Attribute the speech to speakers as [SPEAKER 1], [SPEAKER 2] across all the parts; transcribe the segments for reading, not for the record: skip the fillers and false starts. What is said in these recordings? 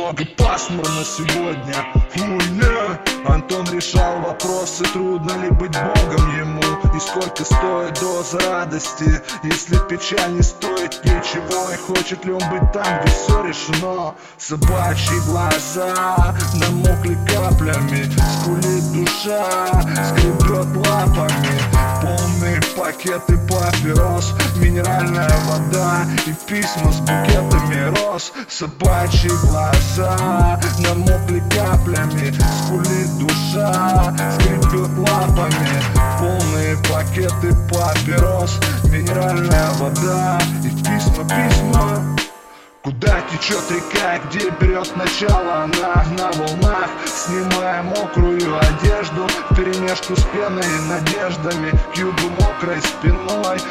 [SPEAKER 1] немного пасмурно сегодня. Антон решал вопросы, трудно ли быть богом ему, и сколько стоит доза радости, если печаль не стоит ничего, и хочет ли он быть там, где все решено. Собачьи глаза намокли каплями, скулит душа, скребет лапами. Полные пакеты папирос, минеральная вода и письма с букетами роз. Собачьи глаза намокли каплями, скулит душа, скребет лапами. Полные пакеты папирос, минеральная вода и письма. Куда течет река и где берет начало она? На волнах, снимая мокрую одежду, вперемешку с пеной и надеждами, к югу мокрой спиной.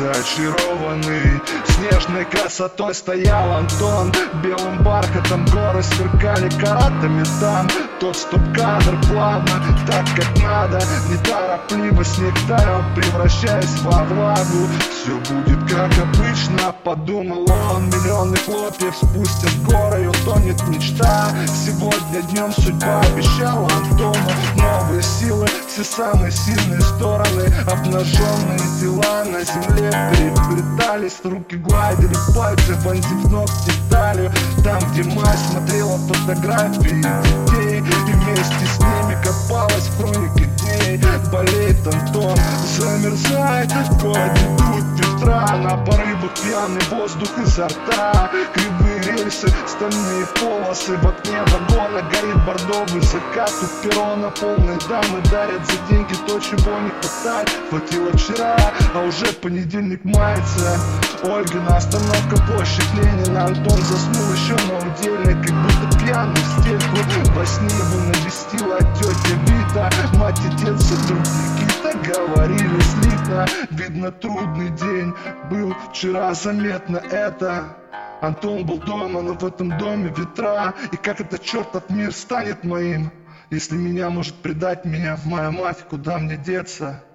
[SPEAKER 1] Зачарованный снежной красотой стоял Антон, белым бархатом горы сверкали каратами там. Тот стоп-кадр плавно, так как надо, неторопливо снег таял, превращаясь во влагу. Все будет как обычно, подумал он, миллионы хлопьев спустят горы и утонет мечта. Сегодня днем судьба обещала Антону новые силы, все самые сильные стороны, обнаженные тела на земле переплетались, руки гладили пальцы, вонзив ногти в талию. Там, где мать смотрела фотографии детей и вместе с ними копалась в хронике дней. Болеет Антон, замерзает, в городе дуют ветра, на порывах пьяный воздух изо рта. Кривые рельсы, стальные полосы, в окне вагона горит бордовый закат. У перрона полные дамы дарят за деньги то, чего не хватает. Хватило вчера, а уже понедельник мается. Ольгина остановка, площадь Ленина. Антон заснул еще на удельной, как будто пьяный в стельку. Во сне его навестила тетя Вита, мать и дед, друг Никита, говорили слитно. Видно, трудный день был вчера, заметно это. Антон был дома, но в этом доме ветра. И как этот чертов мир станет моим, если меня может предать меня моя мать, куда мне деться?